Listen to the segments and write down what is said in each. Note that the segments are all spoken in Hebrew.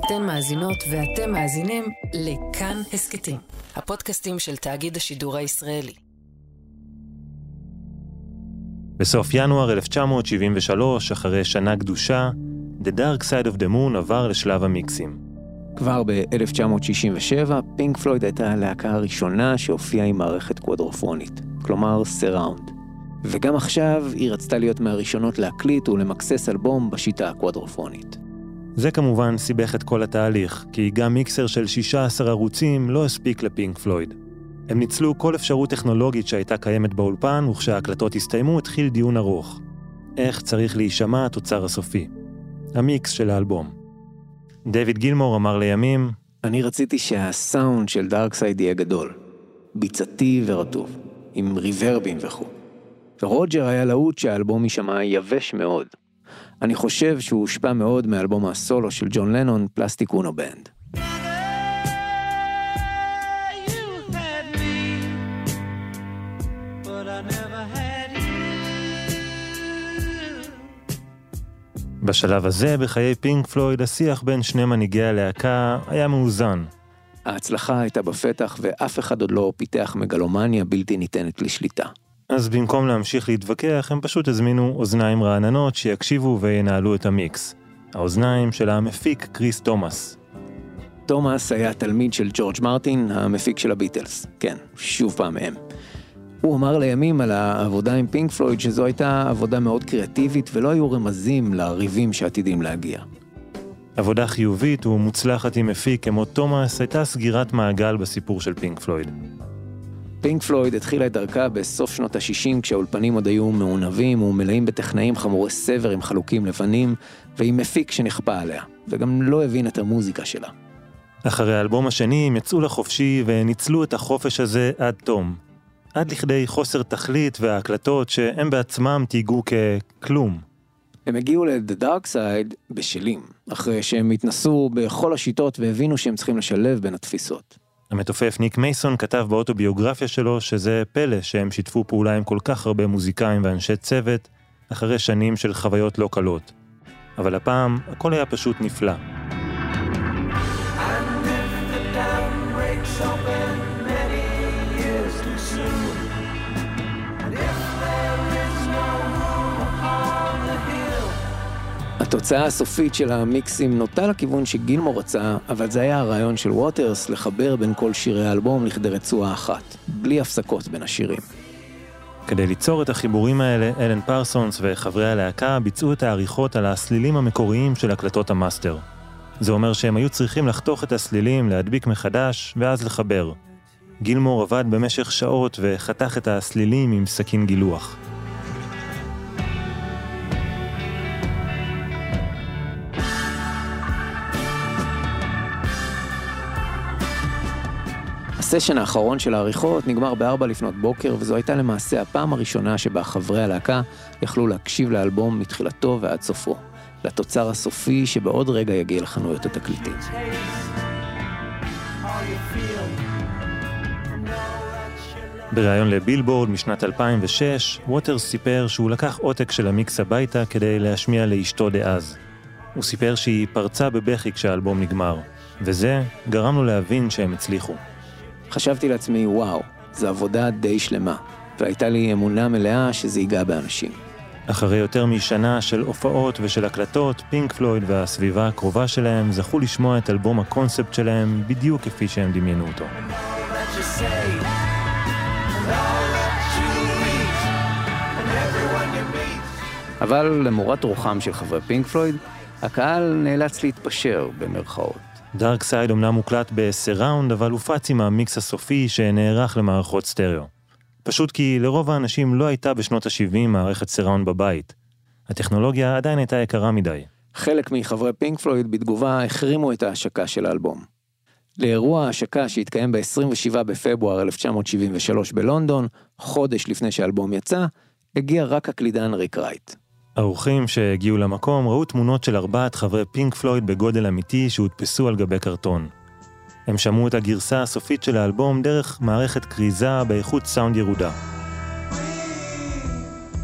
אתן מאזינות ואתם מאזינים לכאן הסקטים, הפודקאסטים של תאגיד השידור הישראלי. בסוף ינואר 1973, אחרי שנה קדושה, The Dark Side of the Moon עבר לשלב המיקסים. כבר ב-1967, פינק פלויד הייתה הלהקה הראשונה שהופיעה עם מערכת קוואדרופונית, כלומר סראונד. וגם עכשיו היא רצתה להיות מהראשונות להקליט ולמקסס אלבום בשיטה הקוואדרופונית. זה כמובן סיבך את כל התהליך, כי גם מיקסר של 16 ערוצים לא הספיק לפינק פלויד. הם ניצלו כל אפשרות טכנולוגית שהייתה קיימת באולפן, וכשההקלטות הסתיימו התחיל דיון ארוך. איך צריך להישמע התוצר הסופי? המיקס של האלבום. דיוויד גילמור אמר לימים, אני רציתי שהסאונד של דארקסייד יהיה גדול, ביצתי ורטוב, עם ריברבים וכו'. ורוג'ר היה להוט שהאלבום יישמע יבש מאוד. אני חושב שהוא הושפע מאוד מאלבום הסולו של ג'ון לנון, פלסטיק אונו בנד. בשלב הזה, בחיי פינק פלויד, השיח בין שני מנהיגי הלהקה היה מאוזן. ההצלחה הייתה בפתח ואף אחד עוד לא פיתח מגלומניה בלתי ניתנת לשליטה. אז במקום להמשיך להתווכח, הם פשוט הזמינו אוזניים רעננות שיקשיבו וינהלו את המיקס. האוזניים של המפיק קריס תומאס. תומאס היה תלמיד של ג'ורג' מרטין, המפיק של הביטלס. כן, שוב פעם הם. הוא אמר לימים על העבודה עם פינק פלויד שזו הייתה עבודה מאוד קריאטיבית ולא היו רמזים לריבים שעתידים להגיע. עבודה חיובית ומוצלחת עם מפיק כמו תומאס הייתה סגירת מעגל בסיפור של פינק פלויד. פינק פלויד התחילה את דרכה בסוף שנות ה-60 כשהאולפנים עוד היו מעונבים ומלאים בטכנאים חמורי סבר עם חלוקים לבנים ועם מפיק שנכפה עליה, וגם לא הבין את המוזיקה שלה. אחרי האלבום השני הם יצאו לחופשי וניצלו את החופש הזה עד תום. עד לכדי חוסר תכלית וההקלטות שהם בעצמם תיגעו ככלום. הם הגיעו ל-The Dark Side בשלים, אחרי שהם התנסו בכל השיטות והבינו שהם צריכים לשלב בין התפיסות. המתופף ניק מייסון כתב באוטוביוגרפיה שלו שזה פלא שהם שיתפו פעולה עם כל כך הרבה מוזיקאים ואנשי צוות, אחרי שנים של חוויות לא קלות. אבל הפעם הכל היה פשוט נפלא. התוצאה הסופית של המיקסים נוטה לכיוון שגילמור רצה, אבל זה היה הרעיון של ווטרס לחבר בין כל שירי האלבום לכדי רצועה אחת, בלי הפסקות בין השירים. כדי ליצור את החיבורים האלה, אלן פרסונס וחברי הלהקה ביצעו את העריכות על הסלילים המקוריים של הקלטות המאסטר. זה אומר שהם היו צריכים לחתוך את הסלילים, להדביק מחדש ואז לחבר. גילמור עבד במשך שעות וחתך את הסלילים עם סכין גילוח. הסשן האחרון של העריכות נגמר ב-4 לפנות בוקר, וזו הייתה למעשה הפעם הראשונה שבה חברי הלהקה יכלו להקשיב לאלבום מתחילתו ועד סופו, לתוצר הסופי שבעוד רגע יגיע לחנויות התקליטים. בריאיון לבילבורד משנת 2006, ווטרס סיפר שהוא לקח עותק של המיקס הביתה כדי להשמיע לאשתו דאז. הוא סיפר שהיא פרצה בבכי כשהאלבום נגמר, וזה גרם לו להבין שהם הצליחו. חשבתי לעצמי, וואו, זו עבודה די שלמה, והייתה לי אמונה מלאה שזה ייגע באנשים. אחרי יותר משנה של הופעות ושל הקלטות, פינק פלויד והסביבה הקרובה שלהם זכו לשמוע את אלבום הקונספט שלהם בדיוק כפי שהם דמיינו אותו. אבל למורת רוחם של חברי פינק פלויד, הקהל נאלץ להתפשר במרכאות. דארק סייד אומנם מוקלט בסראונד, אבל הופץ עם המיקס הסופי שנערך למערכות סטריאו. פשוט כי לרוב האנשים לא הייתה בשנות ה-70 מערכת סראונד בבית. הטכנולוגיה עדיין הייתה יקרה מדי. חלק מחברי פינק פלויד בתגובה החרימו את ההשקה של האלבום. לאירוע ההשקה שהתקיים ב-27 בפברואר 1973 בלונדון, חודש לפני שהאלבום יצא, הגיע רק הקלידן ריק רייט. האורחים שהגיעו למקום ראו תמונות של 4 חברי פינק פלויד בגודל אמיתי שהודפסו על גבי קרטון. הם שמעו את הגרסה הסופית של האלבום דרך מערכת קריזה באיכות סאונד ירודה.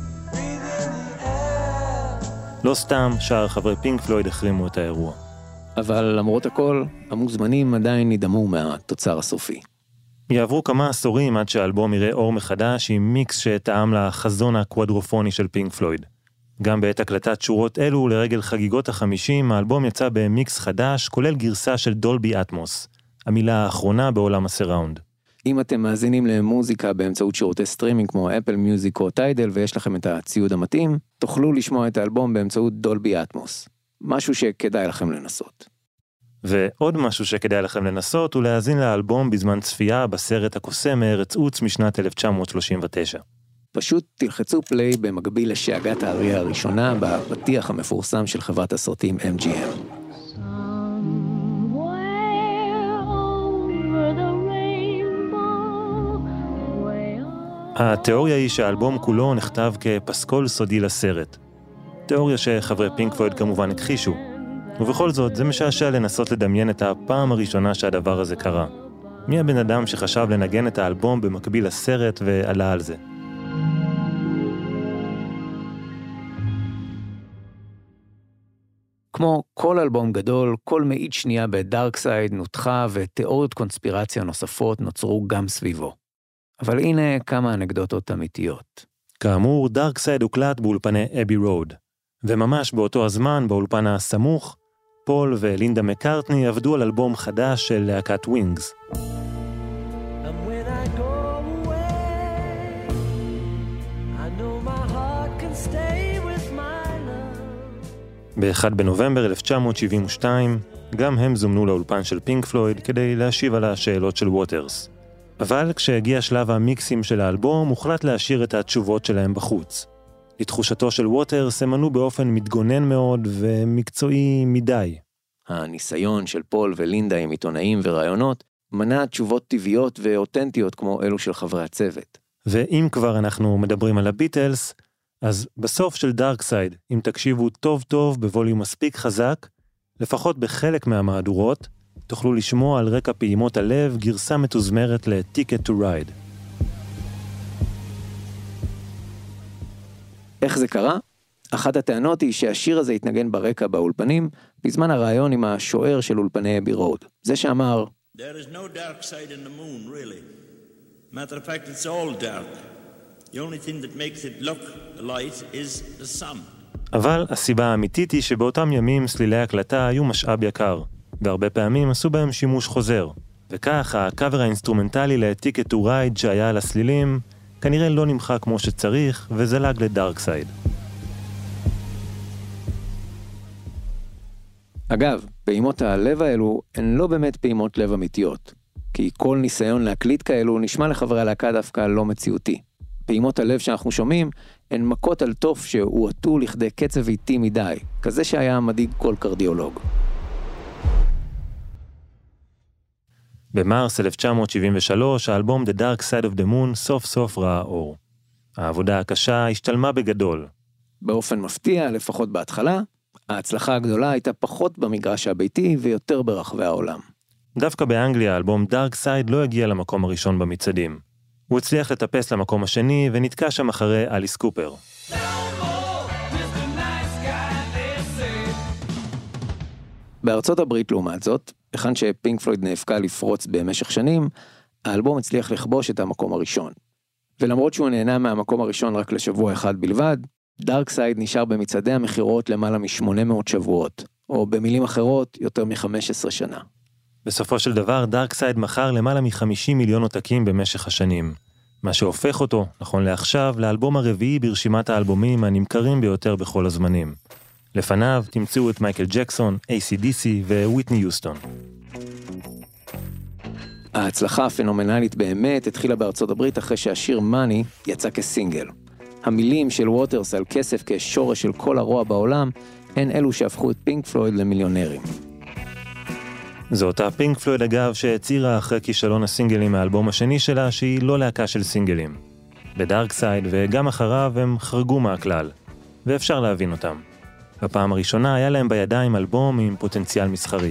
לא סתם שאר חברי פינק פלויד החרימו את האירוע. אבל למרות הכל, המוזמנים עדיין נדמו מהתוצר הסופי. יעברו כמה עשורים עד שהאלבום יראה אור מחדש עם מיקס שטעם לחזון הקוואדרופוני של פינק פלויד. גם בעת הקלטת שורות אלו לרגל חגיגות ה-50, האלבום יצא במיקס חדש, כולל גרסה של דולבי אטמוס, המילה האחרונה בעולם הסיראונד. אם אתם מאזינים למוזיקה באמצעות שירותי סטרימינג כמו אפל מיוזיק או טיידל ויש לכם את הציוד המתאים, תוכלו לשמוע את האלבום באמצעות דולבי אטמוס. משהו שכדאי לכם לנסות. ועוד משהו שכדאי לכם לנסות הוא להאזין לאלבום בזמן צפייה בסרט הקוסם מארץ עוץ משנת 1939. פשוט תלחצו פליי במקביל לשאגת האריה הראשונה בפתיח המפורסם של חברת הסרטים MGM. התיאוריה היא שהאלבום כולו נכתב כפסקול סודי לסרט. תיאוריה שחברי פינק פלויד כמובן הכחישו. ובכל זאת, זה משעשע לנסות לדמיין את הפעם הראשונה שהדבר הזה קרה. מי הבן אדם שחשב לנגן את האלבום במקביל לסרט ועלה על זה? כמו כל אלבום גדול, כל מאית שנייה בדארקסייד נותחה ותיאוריות קונספירציה נוספות נוצרו גם סביבו. אבל הנה כמה אנקדוטות אמיתיות. כאמור, דארקסייד הוקלט באולפני אבי רוד. וממש באותו הזמן, באולפן הסמוך, פול ולינדה מקארטני עבדו על אלבום חדש של להקת ווינגס. ב-1 בנובמבר 1972, גם הם זומנו לאולפן של פינק פלויד כדי להשיב על השאלות של ווטרס. אבל כשהגיע שלב המיקסים של האלבום, הוחלט להשאיר את התשובות שלהם בחוץ. לתחושתו של ווטרס הם ענו באופן מתגונן מאוד ומקצועי מדי. הניסיון של פול ולינדה עם עיתונאים ורעיונות מנע תשובות טבעיות ואותנטיות כמו אלו של חברי הצוות. ואם כבר אנחנו מדברים על הביטלס, אז בסוף של דארקסייד, אם תקשיבו טוב טוב בווליום מספיק חזק, לפחות בחלק מהמהדורות, תוכלו לשמוע על רקע פעימות הלב גרסה מתוזמרת ל-Ticket to Ride. איך זה קרה? אחת הטענות היא שהשיר הזה התנגן ברקע באולפנים, בזמן הרעיון עם השוער של אולפני אבי רוד. זה שאמר, There is no dark side in the moon, really. Matter of fact, it's all dark. The only thing that makes it look light is the sun. אבל הסיבה האמיתית היא שבאותם ימים סלילי הקלטה היו משאב יקר, והרבה פעמים עשו בהם שימוש חוזר. וכך, הקאבר האינסטרומנטלי ל-Ticket to Ride שהיה על הסלילים, כנראה לא נמחק כמו שצריך, וזלג לדארקסייד. אגב, פעימות הלב האלו הן לא באמת פעימות לב אמיתיות, כי כל ניסיון להקליט כאלו נשמע לחברי הלהקה דווקא לא מציאותי. פעימות הלב שאנחנו שומעים הן מכות על תוף שהועטו לכדי קצב איטי מדי, כזה שהיה מדאיג כל קרדיולוג. במרס 1973, האלבום The Dark Side of the Moon סוף סוף ראה אור. העבודה הקשה השתלמה בגדול. באופן מפתיע, לפחות בהתחלה, ההצלחה הגדולה הייתה פחות במגרש הביתי ויותר ברחבי העולם. דווקא באנגליה, האלבום Dark Side לא הגיע למקום הראשון במצעדים. הוא הצליח לטפס למקום השני ונתקע שם אחרי אליס קופר. בארצות הברית לעומת זאת, היכן שפינק פלויד נאבקה לפרוץ במשך שנים, האלבום הצליח לכבוש את המקום הראשון. ולמרות שהוא נהנה מהמקום הראשון רק לשבוע אחד בלבד, דארקסייד נשאר במצעדי המחירות למעלה מ-800 שבועות, או במילים אחרות, יותר מ-15 שנה. בסופו של דבר, דארקסייד מכר למעלה מ-50 מיליון עותקים במשך השנים, מה שהופך אותו, נכון לעכשיו, לאלבום הרביעי ברשימת האלבומים הנמכרים ביותר בכל הזמנים. לפניו תמצאו את מייקל ג'קסון, AC/DC וויטני יוסטון. ההצלחה הפנומנלית באמת התחילה בארצות הברית אחרי שהשיר מאני יצא כסינגל. המילים של ווטרס על כסף כשורש של כל הרוע בעולם, הן אלו שהפכו את פינק פלויד למיליונרים. זו אותה פינק פלויד אגב שהצהירה אחרי כישלון הסינגלים מהאלבום השני שלה שהיא לא להקה של סינגלים. בדארקסייד וגם אחריו הם חרגו מהכלל, ואפשר להבין אותם. בפעם הראשונה היה להם בידיים אלבום עם פוטנציאל מסחרי.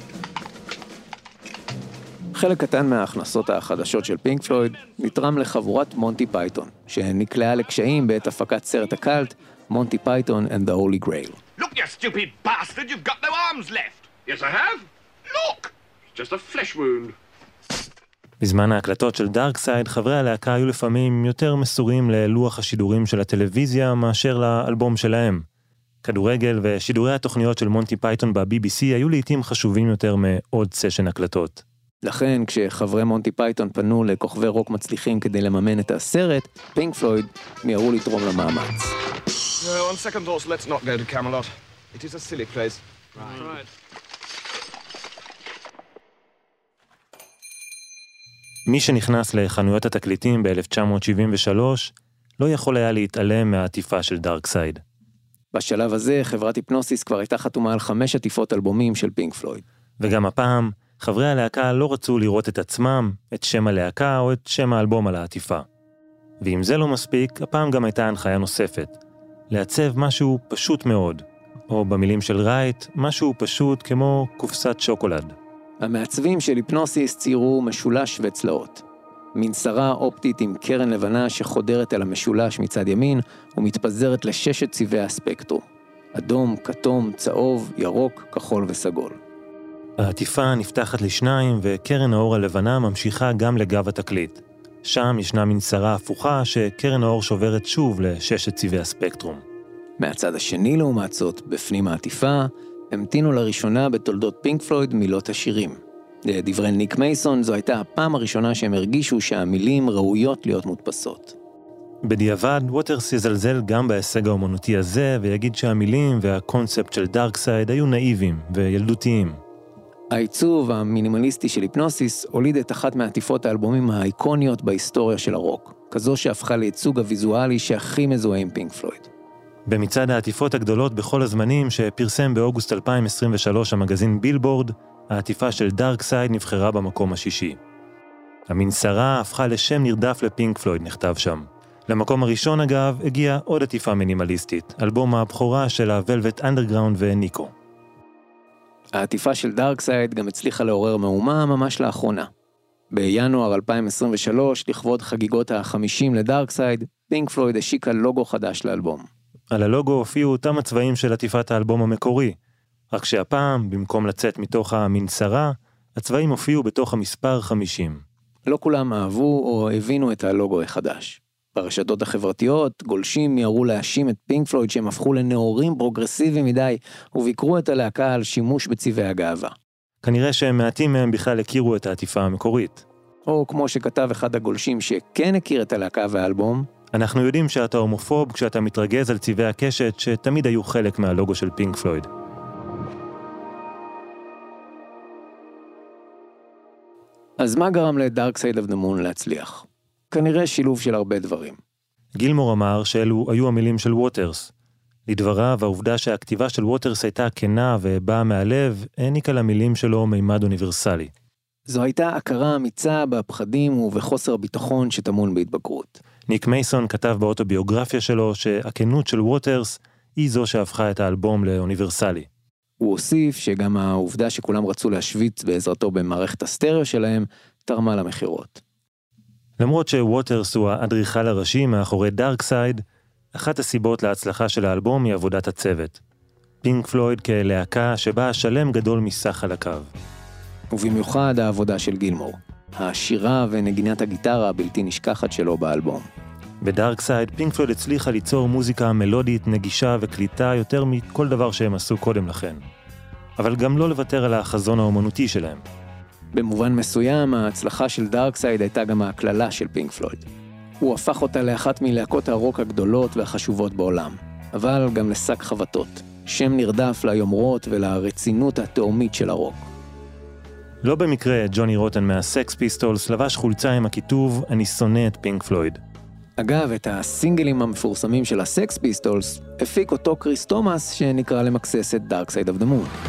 חלק קטן מההכנסות החדשות של פינק פלויד נתרם לחבורת מונטי פייתון, שנקלעה לקשיים בעת הפקת סרט הקלט, מונטי פייתון and the Holy Grail. Look, you stupid bastard, you've got no arms left. Yes, I have. Look! Just a flesh wound. בזמן ההקלטות של דארקסייד, חברי הלהקה היו לפעמים יותר מסורים ללוח השידורים של הטלוויזיה מאשר לאלבום שלהם. כדורגל ושידורי התוכניות של מונטי פייתון ב-BBC היו לעתים חשובים יותר מעוד סשן הקלטות. לכן, כשחברי מונטי פייתון פנו לכוכבי רוק מצליחים כדי לממן את הסרט, פינק פלויד מיהרו לתרום למאמץ. On second thoughts, let's not go to Camelot. It is a silly place. Right. מי שנכנס לחנויות התקליטים ב-1973 לא יכול היה להתעלם מהעטיפה של דארקסייד. בשלב הזה, חברת היפנוסיס כבר הייתה חתומה על 5 עטיפות אלבומים של פינק פלויד. וגם הפעם, חברי הלהקה לא רצו לראות את עצמם, את שם הלהקה או את שם האלבום על העטיפה. ואם זה לא מספיק, הפעם גם הייתה הנחיה נוספת. לעצב משהו פשוט מאוד, או במילים של רייט, משהו פשוט כמו קופסת שוקולד. המעצבים של היפנוסיס ציירו משולש וצלעות. מנסרה אופטית עם קרן לבנה שחודרת על המשולש מצד ימין ומתפזרת ל6 צבעי הספקטרום. אדום, כתום, צהוב, ירוק, כחול וסגול. העטיפה נפתחת לשניים וקרן האור הלבנה ממשיכה גם לגב התקליט. שם ישנה מנסרה הפוכה שקרן האור שוברת שוב ל6 צבעי הספקטרום. מהצד השני לעומת זאת, בפנים העטיפה, המתינו לראשונה בתולדות פינק פלויד מילות השירים. לדברי ניק מייסון, זו הייתה הפעם הראשונה שהם הרגישו שהמילים ראויות להיות מודפסות. בדיעבד, ווטרס יזלזל גם בהישג האומנותי הזה, ויגיד שהמילים והקונספט של דארקסייד היו נאיביים וילדותיים. העיצוב המינימליסטי של היפנוסיס הוליד את אחת מעטיפות האלבומים האיקוניות בהיסטוריה של הרוק, כזו שהפכה לייצוג הוויזואלי שהכי מזוהה עם פינק פלויד. במצעד העטיפות הגדולות בכל הזמנים שפרסם באוגוסט 2023 המגזין בילבורד, העטיפה של דארקסייד נבחרה במקום השישי. המנסרה הפכה לשם נרדף לפינק פלויד, נכתב שם. למקום הראשון אגב הגיעה עוד עטיפה מינימליסטית, אלבום הבכורה של הוולווט אנדרגראונד וניקו. העטיפה של דארקסייד גם הצליחה לעורר מהומה ממש לאחרונה. בינואר 2023, לכבוד חגיגות ה-50 לדארקסייד, פינק פלויד השיקה לוגו חדש לאלבום. על הלוגו הופיעו אותם הצבעים של עטיפת האלבום המקורי, רק שהפעם, במקום לצאת מתוך המנסרה, הצבעים הופיעו בתוך המספר 50. לא כולם אהבו או הבינו את הלוגו החדש. ברשתות החברתיות, גולשים מיהרו להאשים את פינק פלויד שהם הפכו לנאורים פרוגרסיביים מדי, וביקרו את הלהקה על שימוש בצבעי הגאווה. כנראה שמעטים מהם בכלל הכירו את העטיפה המקורית. או כמו שכתב אחד הגולשים שכן הכיר את הלהקה והאלבום, אנחנו יודעים שאתה הומופוב כשאתה מתרגז על צבעי הקשת שתמיד היו חלק מהלוגו של פינק פלויד. אז מה גרם ל-Dark Side of the Moon להצליח? כנראה שילוב של הרבה דברים. גילמור אמר שאלו היו המילים של ווטרס. לדבריו, העובדה שהכתיבה של ווטרס הייתה כנה ובאה מהלב, העניקה למילים שלו מימד אוניברסלי. זו הייתה הכרה אמיצה בפחדים ובחוסר הביטחון שטמון בהתבגרות. ניק מייסון כתב באוטוביוגרפיה שלו שהכנות של ווטרס היא זו שהפכה את האלבום לאוניברסלי. הוא הוסיף שגם העובדה שכולם רצו להשוויץ בעזרתו במערכת הסטריאו שלהם, תרמה למחירות. למרות שווטרס הוא האדריכל הראשי מאחורי דארקסייד, אחת הסיבות להצלחה של האלבום היא עבודת הצוות. פינק פלויד כלהקה שבה שלם גדול מסך חלקיו. ובמיוחד העבודה של גילמור, השירה ונגינת הגיטרה הבלתי נשכחת שלו באלבום. בדארקסייד, פינק פלויד הצליחה ליצור מוזיקה מלודית, נגישה וקליטה יותר מכל דבר שהם עשו קודם לכן. אבל גם לא לוותר על החזון האומנותי שלהם. במובן מסוים, ההצלחה של דארקסייד הייתה גם ההקללה של פינק פלויד. הוא הפך אותה לאחת מלהקות הרוק הגדולות והחשובות בעולם, אבל גם לשק חבטות, שם נרדף ליומרות ולרצינות התאומית של הרוק. לא במקרה, ג'וני רוטן מהסקס פיסטולס לבש חולצה עם הכיתוב "אני שונא את פינק פלויד". אגב, את הסינגלים המפורסמים של הסקס פיסטולס הפיק אותו קריס תומאס שנקרא למקסס את Dark Side of the Moon.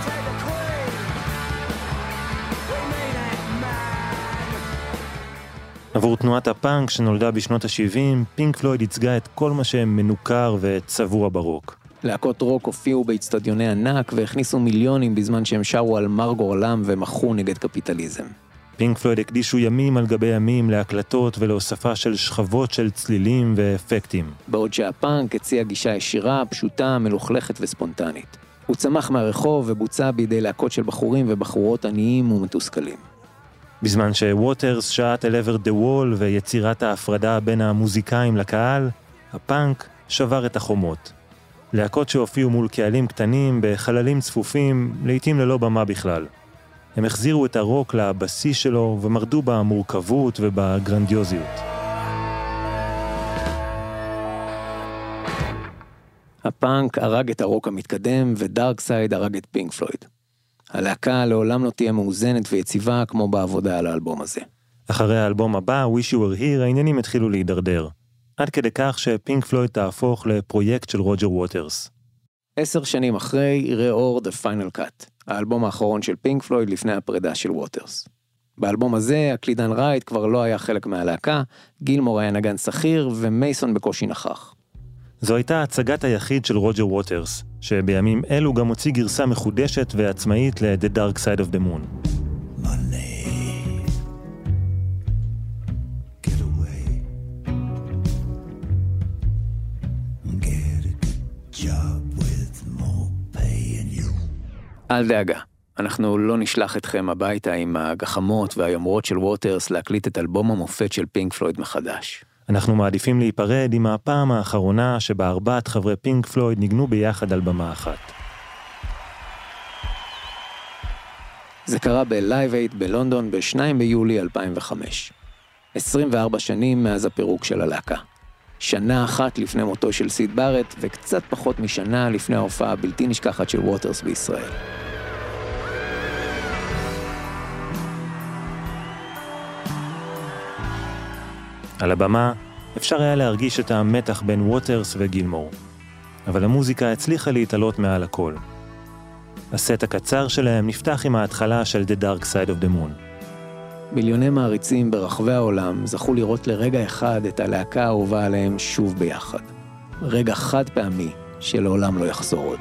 עבור תנועת הפאנק שנולדה בשנות ה-70, פינק פלויד ייצגה את כל מה שמנוכר וצבוע ברוק. להקות רוק הופיעו באצטדיוני ענק והכניסו מיליונים בזמן שהם שרו על מר גורלם ומחו נגד קפיטליזם. פינק פלויד הקדישו ימים על גבי ימים להקלטות ולהוספה של שכבות של צלילים ואפקטים. בעוד שהפאנק הציע גישה ישירה, פשוטה, מלוכלכת וספונטנית. הוא צמח מהרחוב ובוצע בידי להקות של בחורים ובחורות עניים ומתוסכלים. בזמן שווטרס שעט אל עבר The Wall ויצירת ההפרדה בין המוזיקאים לקהל, הפאנק שבר את החומות. להקות שהופיעו מול קהלים קטנים בחללים צפופים, לעתים ללא במה בכלל. הם החזירו את הרוק לבסיס שלו ומרדו במורכבות ובגרנדיוזיות. הפאנק הרג את הרוק המתקדם ודארקסייד הרג את פינק פלויד. הלהקה לעולם לא תהיה מאוזנת ויציבה כמו בעבודה על האלבום הזה. אחרי האלבום הבא, Wish You Were Here, העניינים התחילו להידרדר. עד כדי כך שפינק פלויד תהפוך לפרויקט של רוג'ר ווטרס. 10 שנים אחרי יראה אור The Final Cut, האלבום האחרון של פינק פלויד לפני הפרידה של ווטרס. באלבום הזה, הקלידן רייט כבר לא היה חלק מהלהקה, גילמור היה נגן שכיר ומייסון בקושי נכח. זו הייתה הצגת היחיד של רוג'ר ווטרס, שבימים אלו גם הוציא גרסה מחודשת ועצמאית ל-The Dark Side of the Moon. אל דאגה, אנחנו לא נשלח אתכם הביתה עם הגחמות והיומרות של ווטרס להקליט את אלבום המופת של פינק פלויד מחדש. אנחנו מעדיפים להיפרד עם הפעם האחרונה שבה 4 חברי פינק פלויד ניגנו ביחד על במה אחת. זה קרה בלייב 8 בלונדון ב-2 ביולי 2005. 24 שנים מאז הפירוק של הלהקה. שנה אחת לפני מותו של סיד בארט, וקצת פחות משנה לפני ההופעה הבלתי נשכחת של ווטרס בישראל. על הבמה אפשר היה להרגיש את המתח בין ווטרס וגילמור, אבל המוזיקה הצליחה להתעלות מעל הכל. הסט הקצר שלהם נפתח עם ההתחלה של The Dark Side of the Moon. מיליוני מעריצים ברחבי העולם זכו לראות לרגע אחד את הלהקה האהובה עליהם שוב ביחד. רגע חד פעמי שלעולם לא יחזור עוד.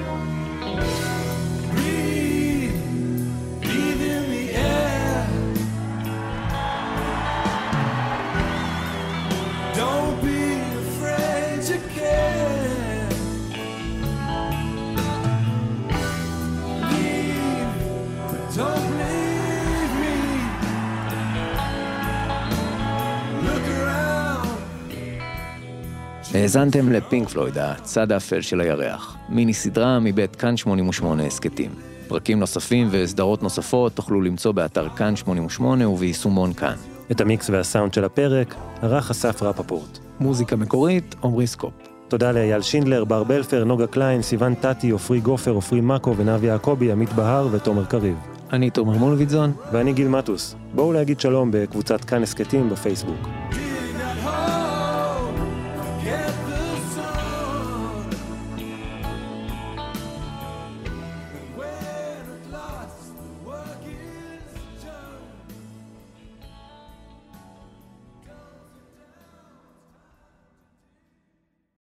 האזנתם לפינק פלויד, הצד האפל של הירח, מיני סדרה מבית כאן 88 הסקטים. פרקים נוספים וסדרות נוספות תוכלו למצוא באתר כאן 88 וביישומון כאן. את המיקס והסאונד של הפרק ערך אסף רפפורט. מוזיקה מקורית, עומרי סקופ. תודה לאייל שינדלר, בר בלפר, נוגה קליין, סיוון טטי, עופרי גופר, עופרי מקו ונבי יעקובי, עמית בהר ותומר קריב. אני תומר מולביטזון. ואני גיל מטוס. בואו להגיד שלום בקבוצת כאן הסקטים בפייסבוק.